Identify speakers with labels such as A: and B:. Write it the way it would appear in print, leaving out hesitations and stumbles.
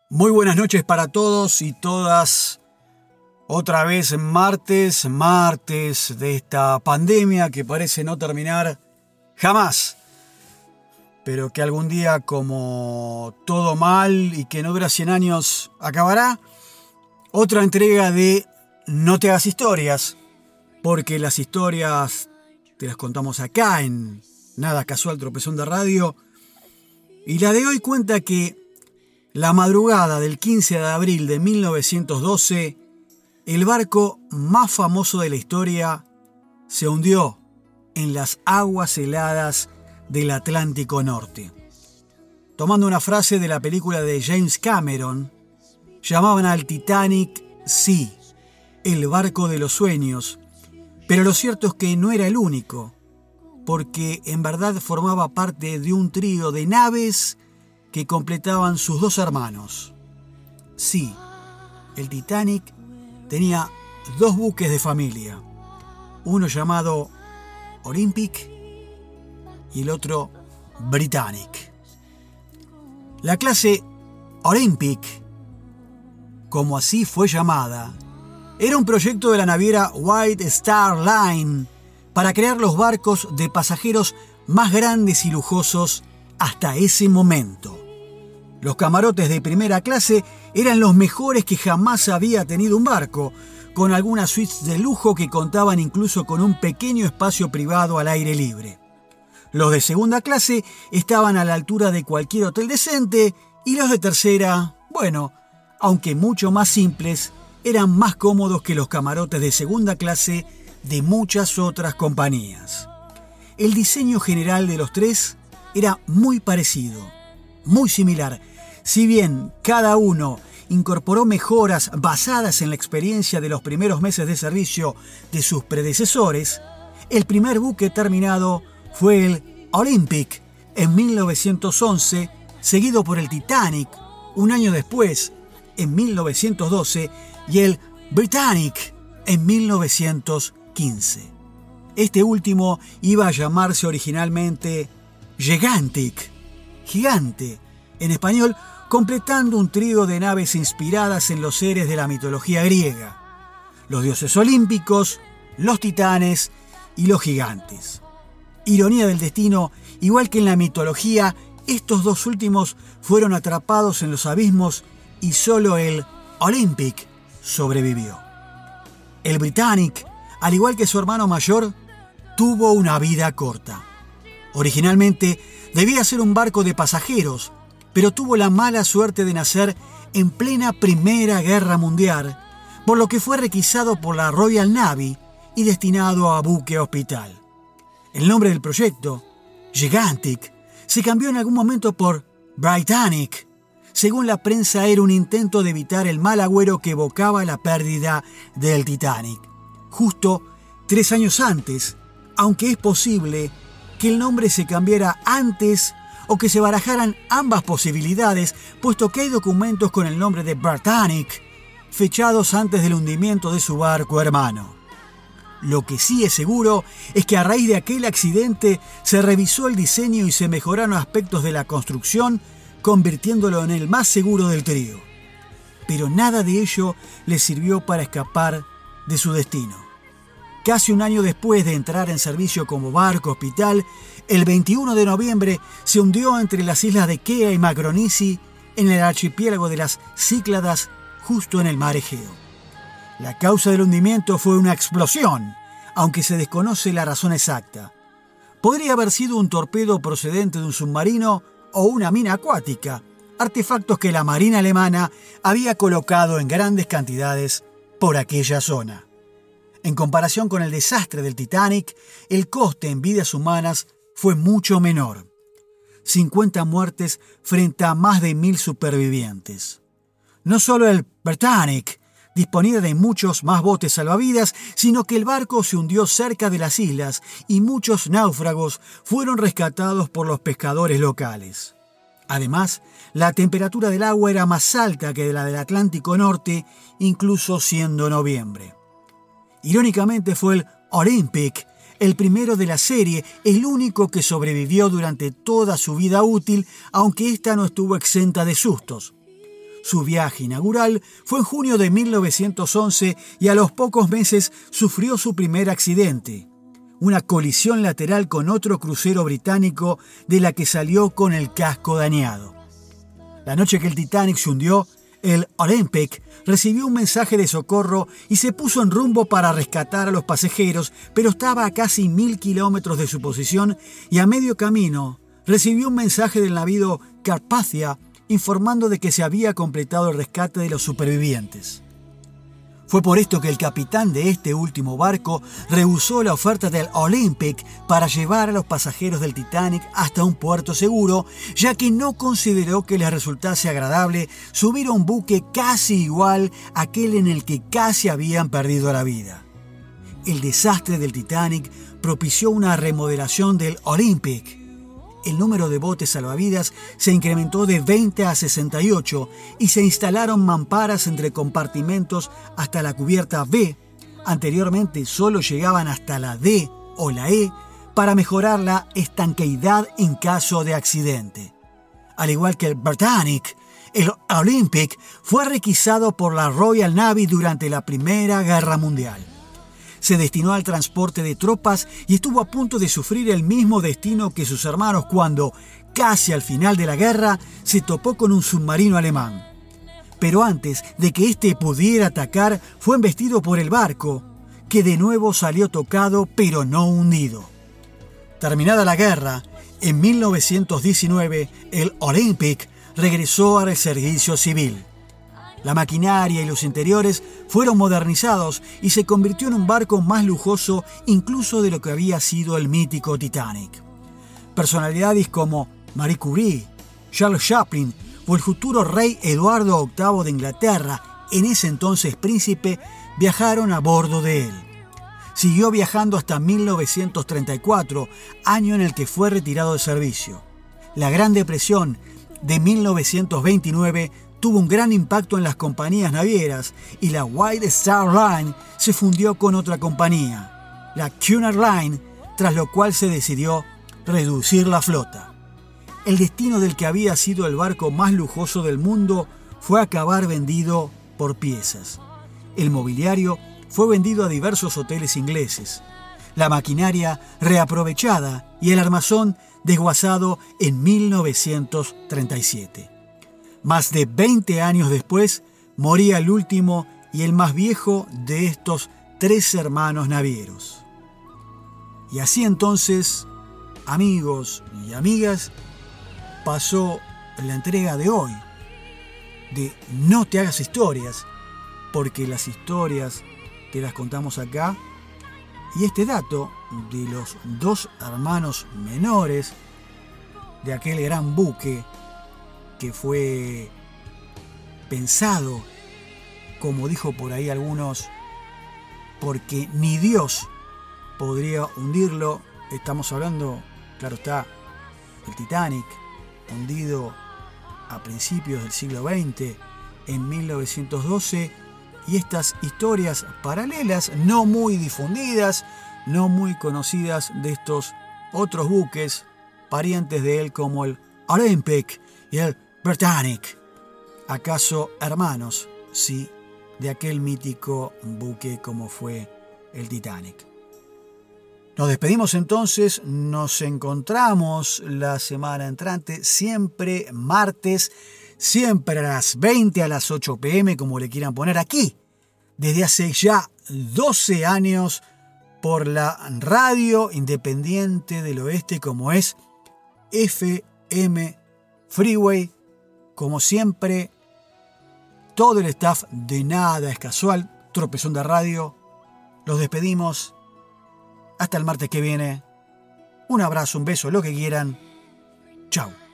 A: Muy buenas noches para todos y todas. Otra vez martes de esta pandemia que parece no terminar jamás. Pero que algún día, como todo mal y que no dura 100 años, acabará. Otra entrega de No te hagas historias, porque las historias te las contamos acá en Nada Casual, Tropezón de Radio. Y la de hoy cuenta que la madrugada del 15 de abril de 1912, el barco más famoso de la historia se hundió en las aguas heladas del Atlántico Norte. Tomando una frase de la película de James Cameron, llamaban al Titanic, sí, el barco de los sueños, pero lo cierto es que no era el único, porque en verdad formaba parte de un trío de naves que completaban sus dos hermanos. Sí, el Titanic tenía dos buques de familia, uno llamado Olympic y el otro Britannic. La clase Olympic, como así fue llamada, era un proyecto de la naviera White Star Line para crear los barcos de pasajeros más grandes y lujosos hasta ese momento. Los camarotes de primera clase eran los mejores que jamás había tenido un barco, con algunas suites de lujo que contaban incluso con un pequeño espacio privado al aire libre. Los de segunda clase estaban a la altura de cualquier hotel decente y los de tercera, bueno, aunque mucho más simples, eran más cómodos que los camarotes de segunda clase de muchas otras compañías. El diseño general de los tres era muy parecido, muy similar. Si bien cada uno incorporó mejoras basadas en la experiencia de los primeros meses de servicio de sus predecesores, el primer buque terminado fue el Olympic en 1911, seguido por el Titanic un año después, en 1912, y el Britannic en 1915. Este último iba a llamarse originalmente Gigantic, gigante, en español, completando un trío de naves inspiradas en los seres de la mitología griega, los dioses olímpicos, los titanes y los gigantes. Ironía del destino, igual que en la mitología, estos dos últimos fueron atrapados en los abismos y solo el Olympic sobrevivió. El Britannic, al igual que su hermano mayor, tuvo una vida corta. Originalmente debía ser un barco de pasajeros, pero tuvo la mala suerte de nacer en plena Primera Guerra Mundial, por lo que fue requisado por la Royal Navy y destinado a buque hospital. El nombre del proyecto, Gigantic, se cambió en algún momento por Britannic. Según la prensa, era un intento de evitar el mal agüero que evocaba la pérdida del Titanic. Justo 3 años antes, aunque es posible que el nombre se cambiara antes o que se barajaran ambas posibilidades, puesto que hay documentos con el nombre de Britannic fechados antes del hundimiento de su barco hermano. Lo que sí es seguro es que a raíz de aquel accidente se revisó el diseño y se mejoraron aspectos de la construcción, convirtiéndolo en el más seguro del trío. Pero nada de ello le sirvió para escapar de su destino. Casi un año después de entrar en servicio como barco hospital, el 21 de noviembre se hundió entre las islas de Kea y Macaronisi en el archipiélago de las Cícladas, justo en el mar Egeo. La causa del hundimiento fue una explosión, aunque se desconoce la razón exacta. Podría haber sido un torpedo procedente de un submarino o una mina acuática, artefactos que la Marina alemana había colocado en grandes cantidades por aquella zona. En comparación con el desastre del Titanic, el coste en vidas humanas fue mucho menor. 50 muertes frente a más de 1.000 supervivientes. No solo el Britannic disponía de muchos más botes salvavidas, sino que el barco se hundió cerca de las islas y muchos náufragos fueron rescatados por los pescadores locales. Además, la temperatura del agua era más alta que la del Atlántico Norte, incluso siendo noviembre. Irónicamente fue el Olympic el primero de la serie, el único que sobrevivió durante toda su vida útil, aunque ésta no estuvo exenta de sustos. Su viaje inaugural fue en junio de 1911 y a los pocos meses sufrió su primer accidente, una colisión lateral con otro crucero británico de la que salió con el casco dañado. La noche que el Titanic se hundió, el Olympic recibió un mensaje de socorro y se puso en rumbo para rescatar a los pasajeros, pero estaba a casi 1000 kilómetros de su posición y a medio camino recibió un mensaje del navío Carpathia informando de que se había completado el rescate de los supervivientes. Fue por esto que el capitán de este último barco rehusó la oferta del Olympic para llevar a los pasajeros del Titanic hasta un puerto seguro, ya que no consideró que les resultase agradable subir a un buque casi igual a aquel en el que casi habían perdido la vida. El desastre del Titanic propició una remodelación del Olympic. El número de botes salvavidas se incrementó de 20 a 68 y se instalaron mamparas entre compartimentos hasta la cubierta B. Anteriormente solo llegaban hasta la D o la E para mejorar la estanqueidad en caso de accidente. Al igual que el Britannic, el Olympic fue requisado por la Royal Navy durante la Primera Guerra Mundial. Se destinó al transporte de tropas y estuvo a punto de sufrir el mismo destino que sus hermanos cuando, casi al final de la guerra, se topó con un submarino alemán. Pero antes de que éste pudiera atacar, fue embestido por el barco, que de nuevo salió tocado pero no hundido. Terminada la guerra, en 1919, el Olympic regresó al servicio civil. La maquinaria y los interiores fueron modernizados y se convirtió en un barco más lujoso incluso de lo que había sido el mítico Titanic. Personalidades como Marie Curie, Charles Chaplin o el futuro rey Eduardo VIII de Inglaterra, en ese entonces príncipe, viajaron a bordo de él. Siguió viajando hasta 1934, año en el que fue retirado de servicio. La Gran Depresión de 1929 tuvo un gran impacto en las compañías navieras y la White Star Line se fundió con otra compañía, la Cunard Line, tras lo cual se decidió reducir la flota. El destino del que había sido el barco más lujoso del mundo fue acabar vendido por piezas. El mobiliario fue vendido a diversos hoteles ingleses, la maquinaria reaprovechada y el armazón desguazado en 1937. Más de 20 años después, moría el último y el más viejo de estos 3 hermanos navieros. Y así entonces, amigos y amigas, pasó la entrega de hoy de No te hagas historias, porque las historias te las contamos acá. Y este dato de los 2 hermanos menores de aquel gran buque que fue pensado, como dijo por ahí algunos, porque ni Dios podría hundirlo. Estamos hablando, claro está, el Titanic, hundido a principios del siglo XX, en 1912, y estas historias paralelas, no muy difundidas, no muy conocidas, de estos otros buques, parientes de él como el Olympic y el Britannic. ¿Acaso hermanos? Sí, de aquel mítico buque como fue el Titanic. Nos despedimos entonces, nos encontramos la semana entrante, siempre martes, siempre a las 20, a las 8 p.m, como le quieran poner, aquí, desde hace ya 12 años, por la radio independiente del oeste, como es FM Freeway. Como siempre, todo el staff de Nada es Casual, Tropezón de Radio, los despedimos. Hasta el martes que viene. Un abrazo, un beso, lo que quieran. Chau.